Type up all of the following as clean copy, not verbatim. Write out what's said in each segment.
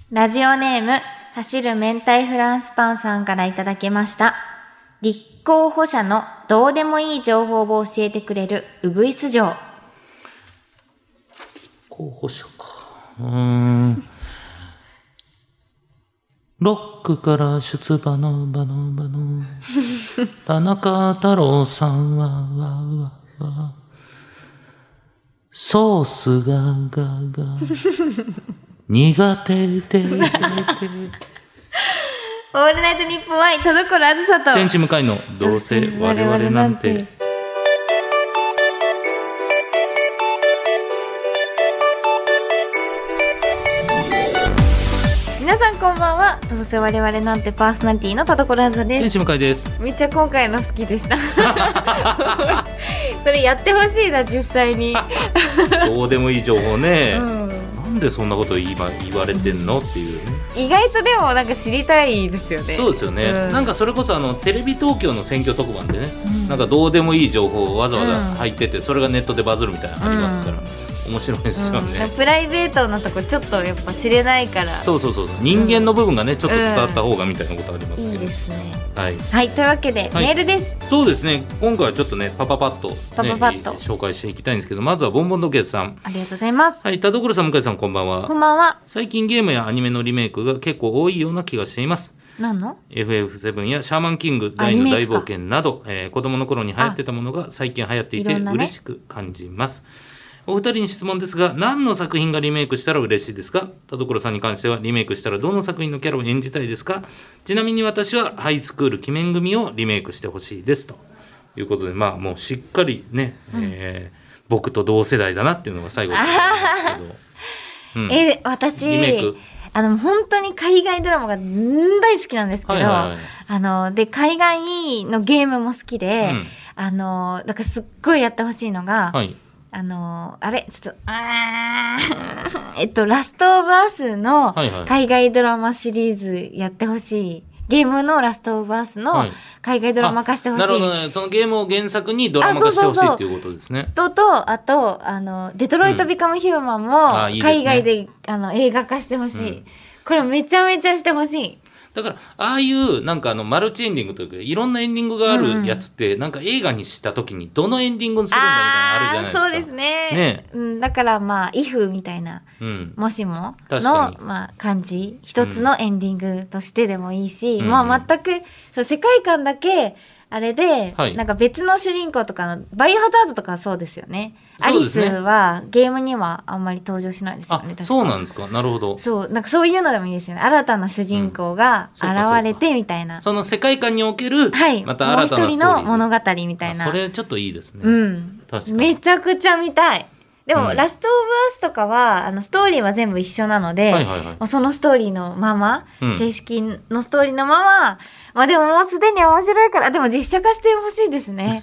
ラジオネーム、走る明太フランスパンさんからいただきました。立候補者のどうでもいい情報を教えてくれるウグイス嬢。 候補者か。ロックから出馬の田中太郎さんはソースが苦手でオールナイトニッポン愛田所あずさと天地向かいのどうせ我々なんて。 皆さんこんばんは。どうせ我々なんてパーソナリティの田所あずさです。 天使向井です。 めっちゃ今回の好きでしたそれやってほしいな、実際にどうでもいい情報ね、 なんでそんなこと今言われてんのっていうね。 意外とでもなんか知りたいですよね。 そうですよね、なんかそれこそテレビ東京の選挙特番でね、なんかどうでもいい情報をわざわざ入ってて、それがネットでバズるみたいなのありますから、面白いですよね、 プライベートなとこちょっとやっぱ知れないから。 そう人間の部分がねちょっと伝わった方がみたいなことありますけど、 いいですね。 はい、 というわけで、メールです。 そうですね、今回はちょっとねパパッと紹介していきたいんですけど、まずはボンボン時計さん、 ありがとうございます。 はい、田所さん、向井さん、こんばんは。 こんばんは。 最近ゲームやアニメのリメイクが結構多いような気がしています。 何の？ FF7 やシャーマンキング大の大冒険など、子供の頃に流行ってたものが最近流行っていて嬉しく感じます。お二人に質問ですが、何の作品がリメイクしたら嬉しいですか？田所さんに関してはリメイクしたらどの作品のキャラを演じたいですか？ちなみに私はハイスクール鬼面組をリメイクしてほしいですということで、まあもうしっかりね、僕と同世代だなっていうのが最後なんですけど、 私リメイク本当に海外ドラマが大好きなんですけど、で海外のゲームも好きで、だからすっごいやってほしいのが、あれちょっとラストオブアスの海外ドラマシリーズやってほしい。ゲームのラストオブアスの海外ドラマ化してほしい。 なるほどね。そのゲームを原作にドラマ化してほしいっていうことですね。 あとデトロイトビカムヒューマンも海外で映画化してほしい。これめちゃめちゃしてほしい。 だからああいうなんかマルチエンディングというかいろんなエンディングがあるやつって、なんか映画にした時にどのエンディングにするんだみたいなのあるじゃないですか。 そうですね。だからまあ if みたいな、もしもの感じ一つのエンディングとしてでもいいし、全く世界観だけあれで、なんか別の主人公とかのバイオハザードとかそうですよね。アリスはゲームにはあんまり登場しないですよね。確かそうなんですか。なるほど。 なんかそういうのでもいいですよね。新たな主人公が現れてみたいな。 その世界観における、また新たなストーリー。 もう一人の物語みたいな。 それちょっといいですね。確かに。 めちゃくちゃ見たい。でも、ラストオブアスとかはストーリーは全部一緒なので、そのストーリーのまま、正式のストーリーのまま、でももうすでに面白いから、でも実写化してほしいですね。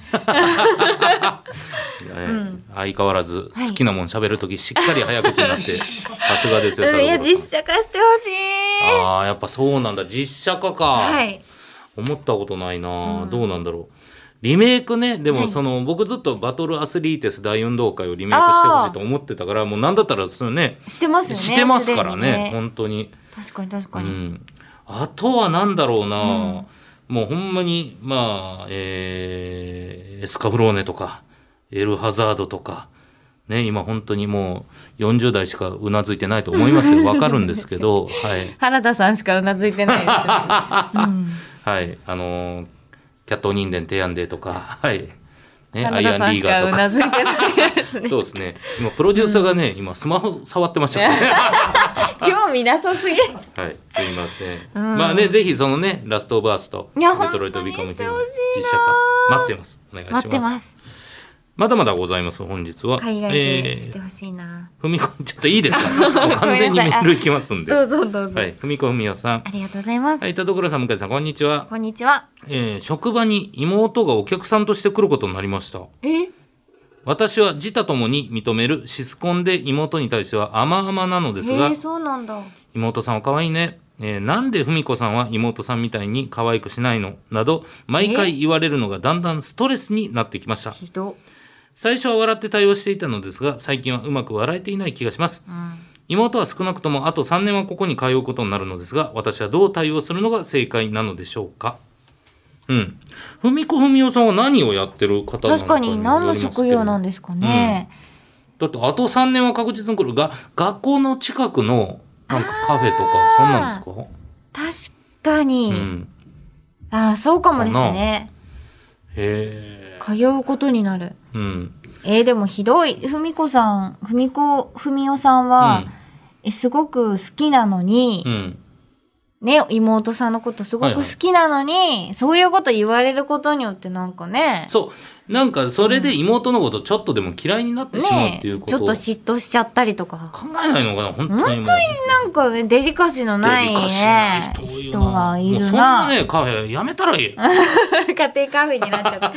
相変わらず好きなもん喋るときしっかり早口になってさすがですよ。 いや実写化してほしい。 やっぱそうなんだ。実写化か、思ったことないな、どうなんだろう。リメイクね。でも僕ずっとバトルアスリーテス大運動会をリメイクしてほしいと思ってたから、もうなんだったらねしてますよね。 してますからね、本当に。 確かに、 あとはなんだろうな、もうほんまにエスカブローネとかエルハザードとかね、今本当にもう40代しかうなずいてないと思いますよ。わかるんですけど、 原田さんしかうなずいてないですよね。キャット人間提案デーとか、アイアンリーガーとか。原田さんしかうなずいてないですね。 そうですね。今プロデューサーがね、今スマホ触ってましたね。 興味なさすぎ。 すいません。まあね、ぜひそのね、ラストオブアースとデトロイトビカムヒューマン実写化待ってます。お願いします。 待ってます。 まだまだございます。本日は海外でしてほしいな。 ふみこちょっといいですか。完全にメールいきますんで。 どうぞ。 ふみこふみおさん、 ありがとうございます。 田所さん、向井さん、こんにちは。 こんにちは。 職場に妹がお客さんとして来ることになりました。私は自他ともに認めるシスコンで妹に対しては甘々なのですが、 そうなんだ。 妹さんは可愛いね。なんで文子さんは妹さんみたいに可愛くしないのなど毎回言われるのがだんだんストレスになってきました。最初は笑って対応していたのですが、最近はうまく笑えていない気がします。 妹は少なくともあと3年はここに通うことになるのですが、私はどう対応するのが正解なのでしょうか。文子文雄さんは何をやってる方なのかによりますけど。 確かに何の職業なんですかね。 だってあと3年は確実に来るが、学校の近くのなんかカフェとかそんなんですか。 確かに、そうかもですね。 へえ。 通うことになる。でもひどい。文子文雄さんは、すごく好きなのに、ね、妹さんのことすごく好きなのに、そういうこと言われることによってなんかね。 そう。なんかそれで妹のことちょっとでも嫌いになってしまうっていうこと、 ちょっと嫉妬しちゃったりとか。 考えないのかな、本当に。 なんかね、デリカシーのないね、人がいるな。 もうそんなね、カフェやめたらいい。 家庭カフェになっちゃった。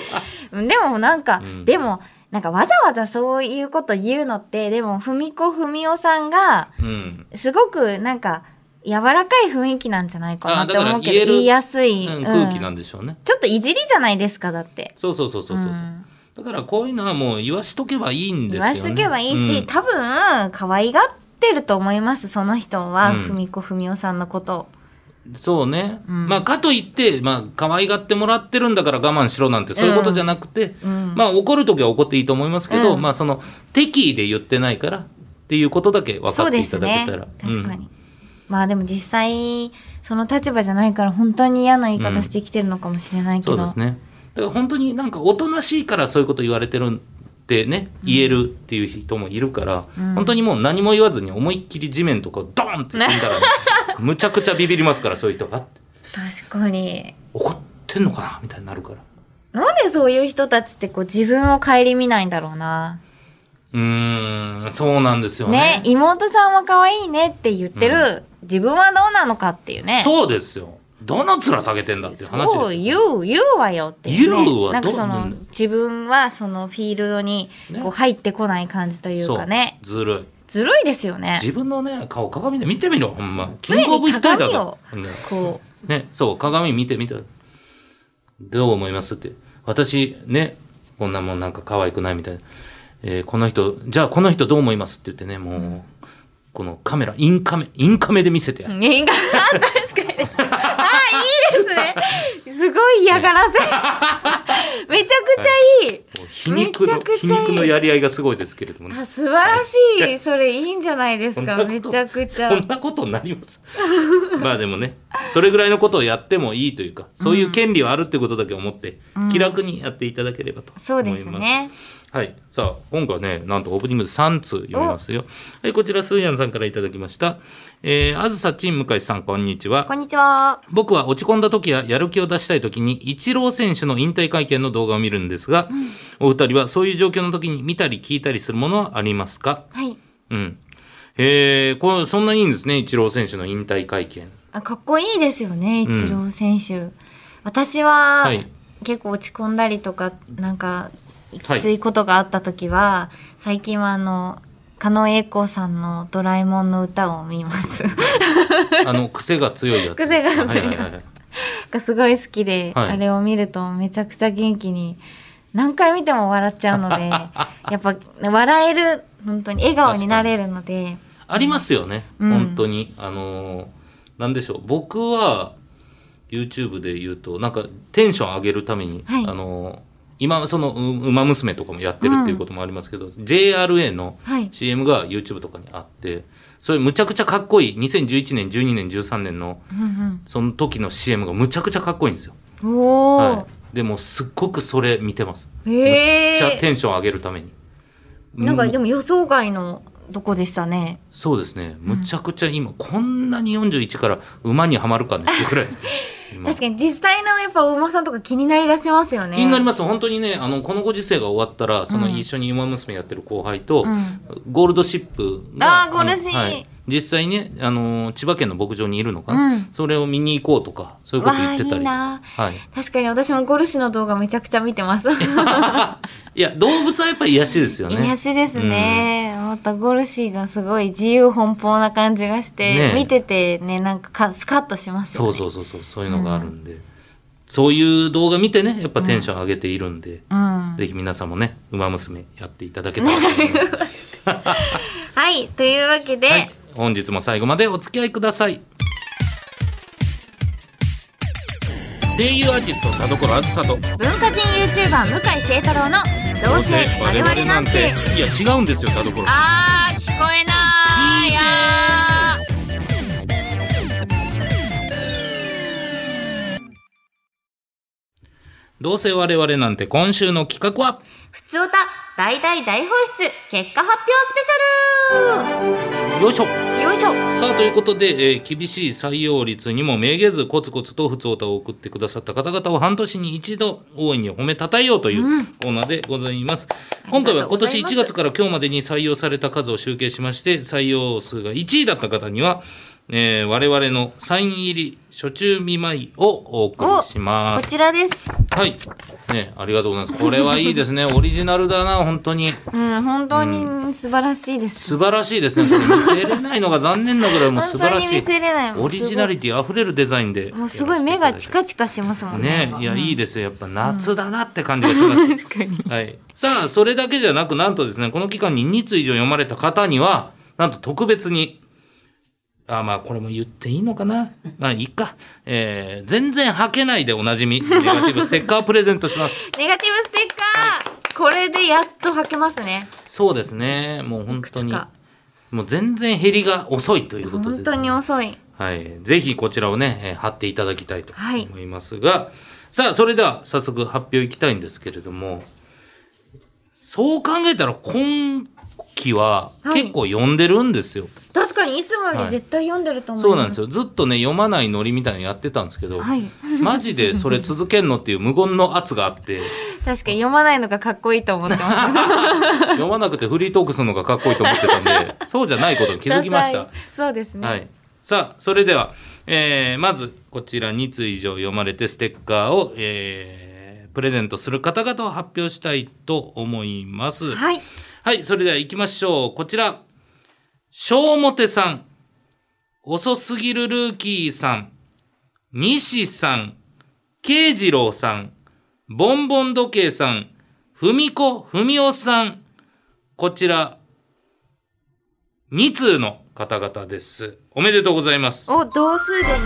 でもなんか、なんかわざわざそういうこと言うのって、でも文子文雄さんが、すごくなんか、柔らかい雰囲気なんじゃないかなって思うけど、言いやすい、 空気なんでしょうね。 ちょっといじりじゃないですか、だって。 そう。だからこういうのはもう言わしとけばいいんですよね。 言わしとけばいいし、多分可愛がってると思います、その人は、文子文雄さんのことを。 そうね。まあかといって、可愛がってもらってるんだから我慢しろなんてそういうことじゃなくて、怒るときは怒っていいと思いますけど、その敵意で言ってないからっていうことだけ分かっていただけたら。 確かに。でも実際その立場じゃないから本当に嫌な言い方してきてるのかもしれないけど、 そうですね。だから本当になんかおとなしいからそういうこと言われてるってね、言えるっていう人もいるから、本当にもう何も言わずに思いっきり地面とかドーンって踏んだら、むちゃくちゃビビりますから、そういう人が。 確かに怒ってんのかなみたいになるから。 なんでそういう人たちってこう自分を顧みないんだろうな。 そうなんですよね。 妹さんは可愛いねって言ってる、自分はどうなのかっていうね。 そうですよ。どの面下げてんだっていう話ですよ。 そう言うわよっていう、ね。 言うわ。 なんかその自分はそのフィールドにこう入ってこない感じというかね。 ずるいですよね。 自分のね顔鏡で見てみろほんま。 常に鏡をこうね、そう鏡見てどう思いますって。私ねこんなもんなんか可愛くないみたいな。この人どう思いますって言ってね、もうこのカメラインカメで見せてやる。確かに。いいですね。すごい嫌がらせ。めちゃくちゃいい。 皮肉のやり合いがすごいですけれどもね。 素晴らしい。それいいんじゃないですか。めちゃくちゃ。 そんなことになります。でもね、それぐらいのことをやってもいいというか、そういう権利はあるってことだけ思って、気楽にやっていただければと思います。 そうですね。 はい。さあ、今回はね、なんとオープニングで3通読みますよ。はい、こちら、スーヤンさんからいただきました。あずさちん、向井さん、こんにちは。 こんにちは。 僕は落ち込んだ時ややる気を出したい時に、イチロー選手の引退会見の動画を見るんですが、お二人はそういう状況の時に見たり聞いたりするものはありますか？ はい。 そんなにいいんですね、イチロー選手の引退会見。 かっこいいですよね、イチロー選手。私は、結構落ち込んだりとか、なんか、きついことがあった時は、最近は狩野英孝さんのドラえもんの歌を見ます。 癖が強いやつ。 癖が強いやつ。がすごい好きで、あれを見るとめちゃくちゃ元気に、何回見ても笑っちゃうので、やっぱ笑える、本当に笑顔になれるので。 ありますよね、本当に。なんでしょう。僕は、YouTube で言うと、なんかテンション上げるために、今そのウマ娘とかもやってるっていうこともありますけど、JRA の CM が YouTube とかにあって、それむちゃくちゃかっこいい2011年12年13年のその時の CM がむちゃくちゃかっこいいんですよ。でもすっごくそれ見てます。めっちゃテンション上げるために。 なんかでも予想外のとこでしたね。 そうですね。むちゃくちゃ今、こんなに41から馬にはまるかねっていうくらい。 確かに実際のやっぱお馬さんとか気になりだしますよね。 気になります。本当にね、このご時世が終わったら、その一緒に馬娘やってる後輩と、ゴールドシップが、 ゴールシー、 実際ね、千葉県の牧場にいるのかな、それを見に行こうとか、そういうこと言ってたり。 確かに私もゴルシの動画めちゃくちゃ見てます。 いや、動物はやっぱり癒しですよね。 癒しですね。またゴルシーがすごい自由奔放な感じがして、見ててね、なんかスカッとしますよね。 そういうのがあるんで。そういう動画見てね、やっぱテンション上げているんで、ぜひ皆さんもね、馬娘やっていただけたらと思います。 はい、というわけで、 本日も最後までお付き合いください。声優アーティスト田所あずさと文化人 YouTuber 向井聖太郎のどうせ我々なんて。 いや違うんですよ田所。 聞こえないやどうせ我々なんて。今週の企画はふつおた大大大放出結果発表スペシャル。 よいしょよいしょ。 さあということで、厳しい採用率にもめげずコツコツとふつおたを送ってくださった方々を半年に一度大いに褒めたたえようというコーナーでございます。今回は今年1月から今日までに採用された数を集計しまして、採用数が1位だった方には我々のサイン入り暑中見舞いをお送りします。 こちらです。 はい、ね、ありがとうございます。これはいいですね。オリジナルだな本当に。 本当に素晴らしいです。 素晴らしいですね。これ見せれないのが残念なぐらいもう素晴らしい。 本当に見せれない。 オリジナリティあふれるデザインで。 もうすごい目がチカチカしますもんね。 ね、いやいいですよ。やっぱ夏だなって感じがします。 確かに。 はい。さあそれだけじゃなく、なんとですね、この期間に2通以上読まれた方にはなんと特別に。まあこれも言っていいのかな。まあいいか。全然履けないでおなじみネガティブステッカープレゼントします。 ネガティブステッカー、はい、これでやっと履けますね。 そうですね。もう本当にもう全然減りが遅いということです、ね。 本当に遅い。 はい。ぜひこちらをね、貼っていただきたいと思いますが、はい、さあそれでは早速発表いきたいんですけれども、そう考えたら今期は結構読んでるんですよ。はい、 確かにいつもより絶対読んでると思います。 そうなんですよ。ずっとね読まないノリみたいなのやってたんですけど、はい、マジでそれ続けんのっていう無言の圧があって確かに読まないのがかっこいいと思ってます読まなくてフリートークするのがかっこいいと思ってたんでそうじゃないことに気づきました。 そうですね、 はい、さあそれでは、まずこちら2通以上読まれてステッカーを、プレゼントする方々を発表したいと思います。はい、はい、それでは行きましょう。こちら小表さん、遅すぎるルーキーさん、西さん、慶次郎さん、ボンボン時計さん、ふみこふみおさん、こちら2通の方々です。おめでとうございます。 同数で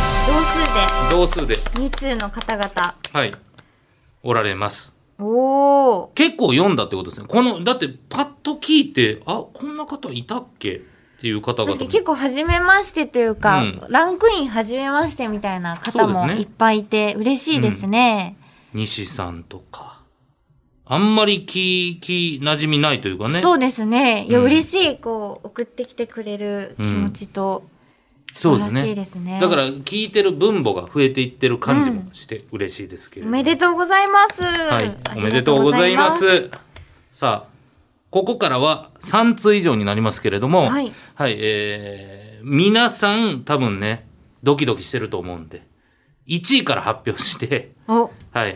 2通の方々、 はい、おられます。 おー、 結構読んだってことですね。だってパッと聞いて、こんな方いたっけっていう方々も結構初めましてというか、ランクイン初めましてみたいな方もいっぱいいて嬉しいですね。 西さんとかあんまり馴染みないというかね。 そうですね。いや、嬉しい、送ってきてくれる気持ちと、素晴らしいですね。 だから聞いてる分母が増えていってる感じもして嬉しいですけれども、 おめでとうございます。 はい、おめでとうございます。さあここからは3通以上になりますけれども、はい、はい、皆さん多分ねドキドキしてると思うんで1位から発表してはい、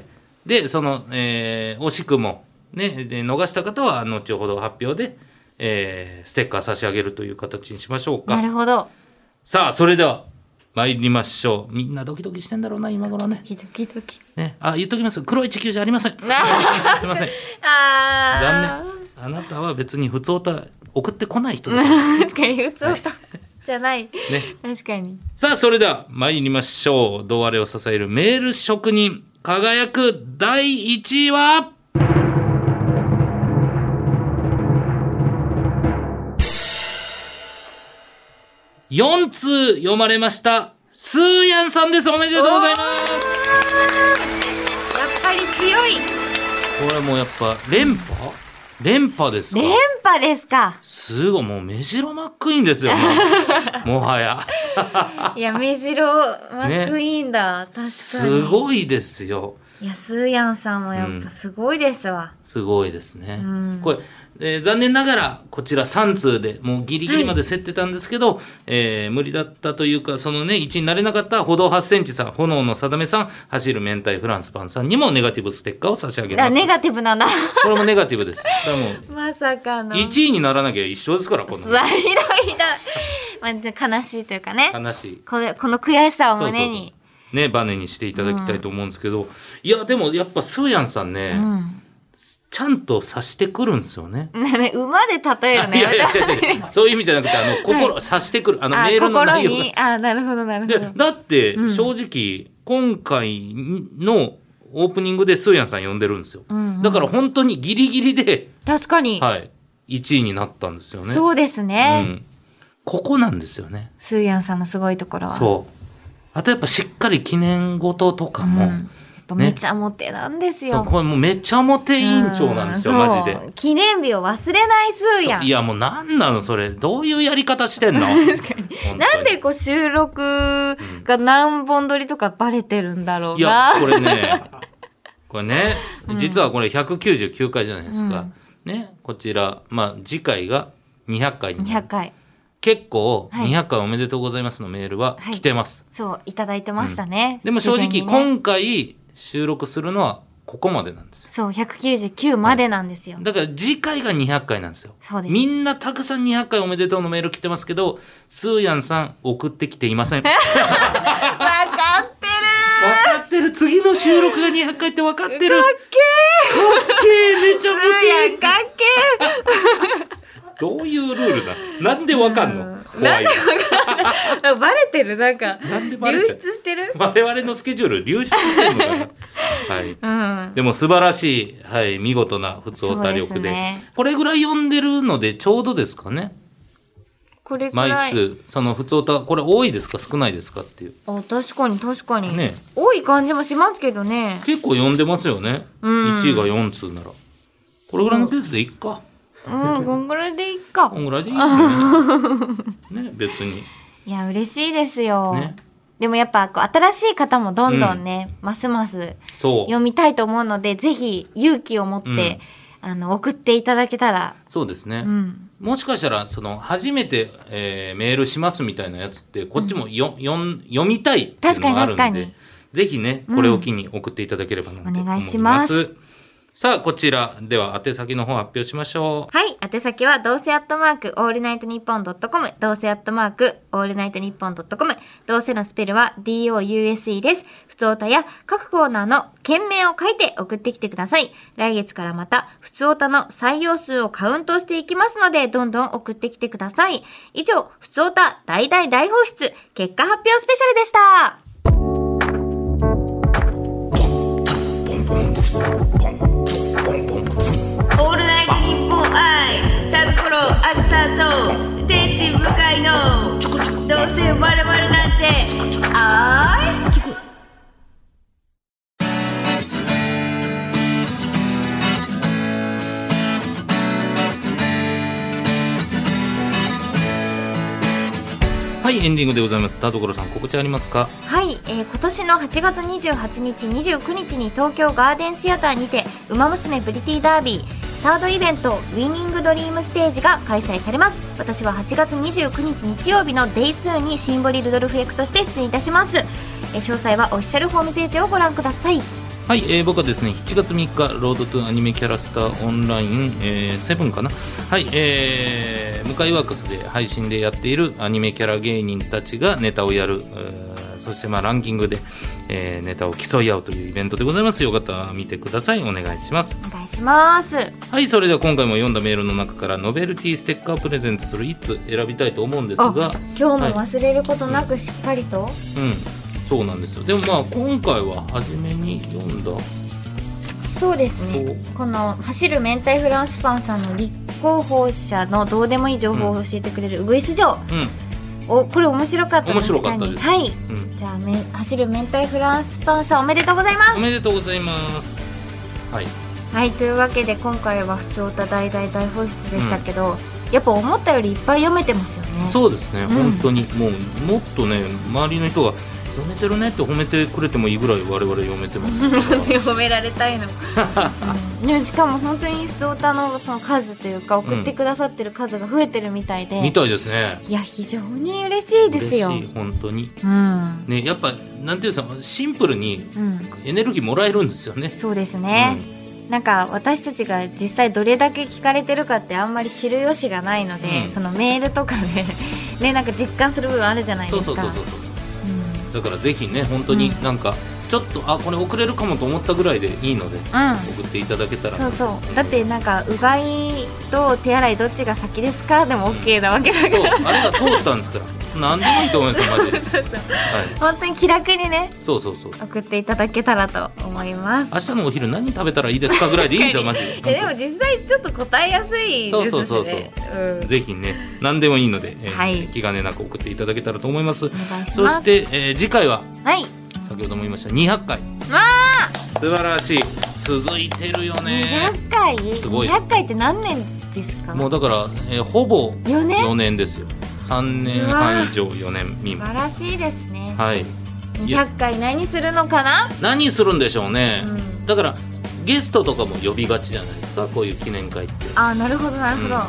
でその、惜しくもねで逃した方は後ほど発表で、ステッカー差し上げるという形にしましょうか。 なるほど。さあそれでは参りましょう。みんなドキドキしてんだろうな今頃ね。 ドキドキね、言っときます。黒い地球じゃありません。すいません。残念。あなたは別に普通歌送ってこない人だ。 確かに普通歌じゃない。ね、確かに。 さあそれでは参りましょう。どうあれを支えるメール職人輝く第1位は。4通読まれましたスーヤンさんです。おめでとうございます。 やっぱり強い。 これもうやっぱ連覇ですか。 連覇ですか。 すごい、もう目白マックイーンですよもはやいや目白マックイーンだ、ね、確かにすごいですよ。 いやスーヤンさんもやっぱすごいですわ、 すごいですね、これ、残念ながらこちら3通でもうギリギリまで競ってたんですけど、無理だったというかそのね1位になれなかった歩道8センチさん、炎のさだめさん、走る明太フランスパンさんにもネガティブステッカーを差し上げます。 ネガティブなんだこれもネガティブです。もうまさかの 1位にならなきゃ一緒ですから。このひどいまあ、悲しいというかね、 悲しいこの悔しさを胸にねバネにしていただきたいと思うんですけど、いやでもやっぱスーヤンさんね、 ちゃんと察してくるんですよね。 馬で例えるね。 いやいやそういう意味じゃなくて心、はい、察してくるメールの内容が。 なるほどなるほど。 だって正直、今回のオープニングでスーヤンさん呼んでるんですよ、だから本当にギリギリで確かに、 はい、1位になったんですよね。 そうですね、 ここなんですよね、 スーヤンさんのすごいところは。 そうあとやっぱしっかり記念事とかも、 めちゃモテなんですよ。 そうこれもうめちゃモテ委員長なんですよ、マジで。 記念日を忘れないスーヤン。 いやもうなんなのそれ、どういうやり方してんの確かに。なんでこう収録が何本撮りとかバレてるんだろうな。 いやこれね実はこれ199回じゃないですか、ね、こちら、次回が200回になる。200回結構200回おめでとうございますのメールは来てます、 そういただいてましたね、 でも正直、今回収録するのはここまでなんですよ。 そう199までなんですよ、 だから次回が200回なんですよ。 そうです。 みんなたくさん200回おめでとうのメール来てますけど、スーヤンさん送ってきていません。分かってる。次の収録が200回って分かってる。かっけーめちゃモテ。 かっけーどういうルールだ。なんでわかんの？怖い。 バレてるなんか流出してる。 我々のスケジュール流出してるのかな。はい。でも素晴らしい、はい、見事な普通おた力で、これぐらい読んでるのでちょうどですかね。 これぐらい。 枚数その普通おたこれ多いですか少ないですかっていう。 確かにね。多い感じもしますけどね。 結構読んでますよね。1位が4通ならこれぐらいのペースでいっか。 こんぐらいでいいか。 こんぐらいでいいね。ね、別に。 いや、嬉しいですよ。ね、でもやっぱ新しい方もどんどんね、ますます読みたいと思うので、ぜひ勇気を持って、送っていただけたら。 そうですね。もしかしたら初めて、メールしますみたいなやつってこっちも読みたいっていうのがあるんで、ぜひねこれを機に送っていただければなと思います。お願いします。さあこちらでは宛先の方発表しましょう。 はい、宛先はどうせ@オールナイトニッポン.com、どうせ@オールナイトニッポン.com、どうせのスペルは DOUSE です。ふつおたや各コーナーの件名を書いて送ってきてください。来月からまたふつおたの採用数をカウントしていきますので、どんどん送ってきてください。以上、ふつおた大大大放出結果発表スペシャルでした。オールナイトニッポン愛田所あずさと天使向かいのどうせ我々なんて愛はい、エンディングでございます。田所さん告知ありますか？ はい、今年の8月28日29日に東京ガーデンシアターにてウマ娘プリティダービーサードイベントウィニングドリームステージが開催されます。私は8月29日日曜日のデイ2にシンボリルドルフ役として出演いたします。詳細はオフィシャルホームページをご覧ください。 はい、僕はですね7月3日ロードトゥアニメキャラスターオンライン、7かな、はい、向井ワークスで配信でやっているアニメキャラ芸人たちがネタをやる、そしてランキングで、ネタを競い合うというイベントでございます。よかったら見てください。お願いします。 お願いします。 はい、それでは今回も読んだメールの中からノベルティステッカープレゼントする1つ選びたいと思うんですが、 今日も忘れることなくしっかりと、 そうなんですよ。でも今回は初めに読んだそうですね、この走る明太フランスパンさんの立候補者のどうでもいい情報を教えてくれるウグイス城、これ面白かったです。 面白かったです。 はい、じゃあ走る明太フランスパンさんおめでとうございます。 おめでとうございます。はい、 はい、というわけで今回はふつおた大大大放出でしたけど、やっぱ思ったよりいっぱい読めてますよね。 そうですね、本当にもっとね周りの人が読めてるねって褒めてくれてもいいぐらい我々読めてます褒められたいの、しかも本当にふつおたのその数というか送ってくださってる数が増えてるみたいで、 みたいですね。 いや非常に嬉しいですよ。 嬉しい本当に、ね、やっぱなんていうんですか、シンプルにエネルギーもらえるんですよね。 そうですね、なんか私たちが実際どれだけ聞かれてるかってあんまり知る由がないので、そのメールとかでねなんか実感する部分あるじゃないですか。そうだからぜひね本当になんか、 ちょっとこれ遅れるかもと思ったぐらいでいいので、送っていただけたら。 そうそう、だってなんかうがいと手洗いどっちが先ですかでも OK なわけだから、 そうあれが通ったんですから何でもいいと思いますよマジでそうそう、はい、本当に気楽にね、 そう送っていただけたらと思います。 明日のお昼何食べたらいいですかぐらいでいいんですよマジで。 でも実際ちょっと答えやすいですね。そう、 ぜひね何でもいいので、気兼ねなく送っていただけたらと思います。お願いします。そして、次回は、先ほども言いました200回、素晴らしい、続いてるよね。 200回すごい。 200回って何年ですか？ もうだから、ほぼ4年ですよ。3年半以上4年未満。 素晴らしいですね。 はい。 200回何するのかな？ 何するんでしょうね。だからゲストとかも呼びがちじゃないですか、こういう記念会って。 なるほどなるほど。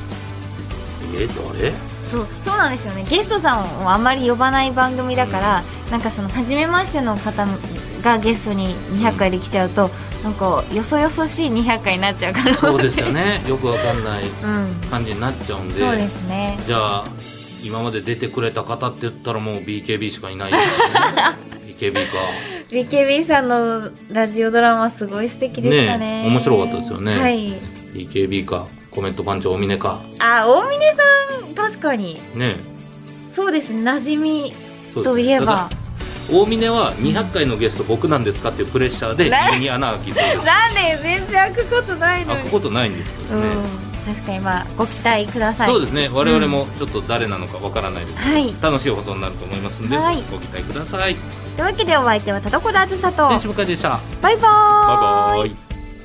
誰？ そうなんですよね。ゲストさんをあんまり呼ばない番組だから、なんかその初めましての方がゲストに200回で来ちゃうと、なんかよそよそしい200回になっちゃうから。 そうですよね。よくわかんない感じになっちゃうんで。 そうですね。 じゃあ今まで出てくれた方って言ったらもう BKB しかいないですよね。BKB か。 BKB さんのラジオドラマすごい素敵でしたね。 面白かったですよね。 はい。 BKB かコメント番長大峰か。 大峰さん確かに。ね。そうですね、馴染みといえば。 大峰は200回のゲスト僕なんですかっていうプレッシャーで家に穴開きそうです。 なんで全然開くことないのに。 開くことないんですけどね。 確かにご期待ください。 そうですね、我々もちょっと誰なのかわからないですけど、楽しい放送になると思いますので、ご期待ください。 というわけでお相手は田所あずさと天使向井でした。 バイバーイ。バイバイ。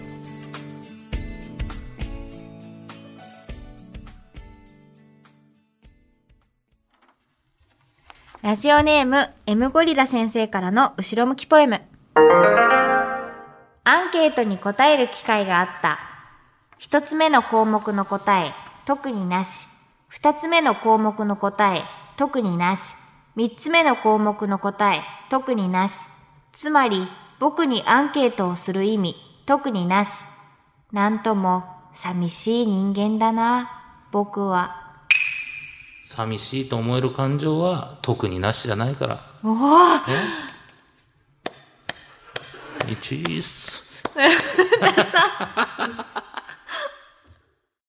ラジオネーム M ゴリラ先生からの後ろ向きポエム。アンケートに答える機会があった。一つ目の項目の答え、特になし。二つ目の項目の答え、特になし。三つ目の項目の答え、特になし。つまり、僕にアンケートをする意味、特になし。なんとも、寂しい人間だな、僕は。 寂しいと思える感情は、特になしじゃないから。 おぉ 1っす。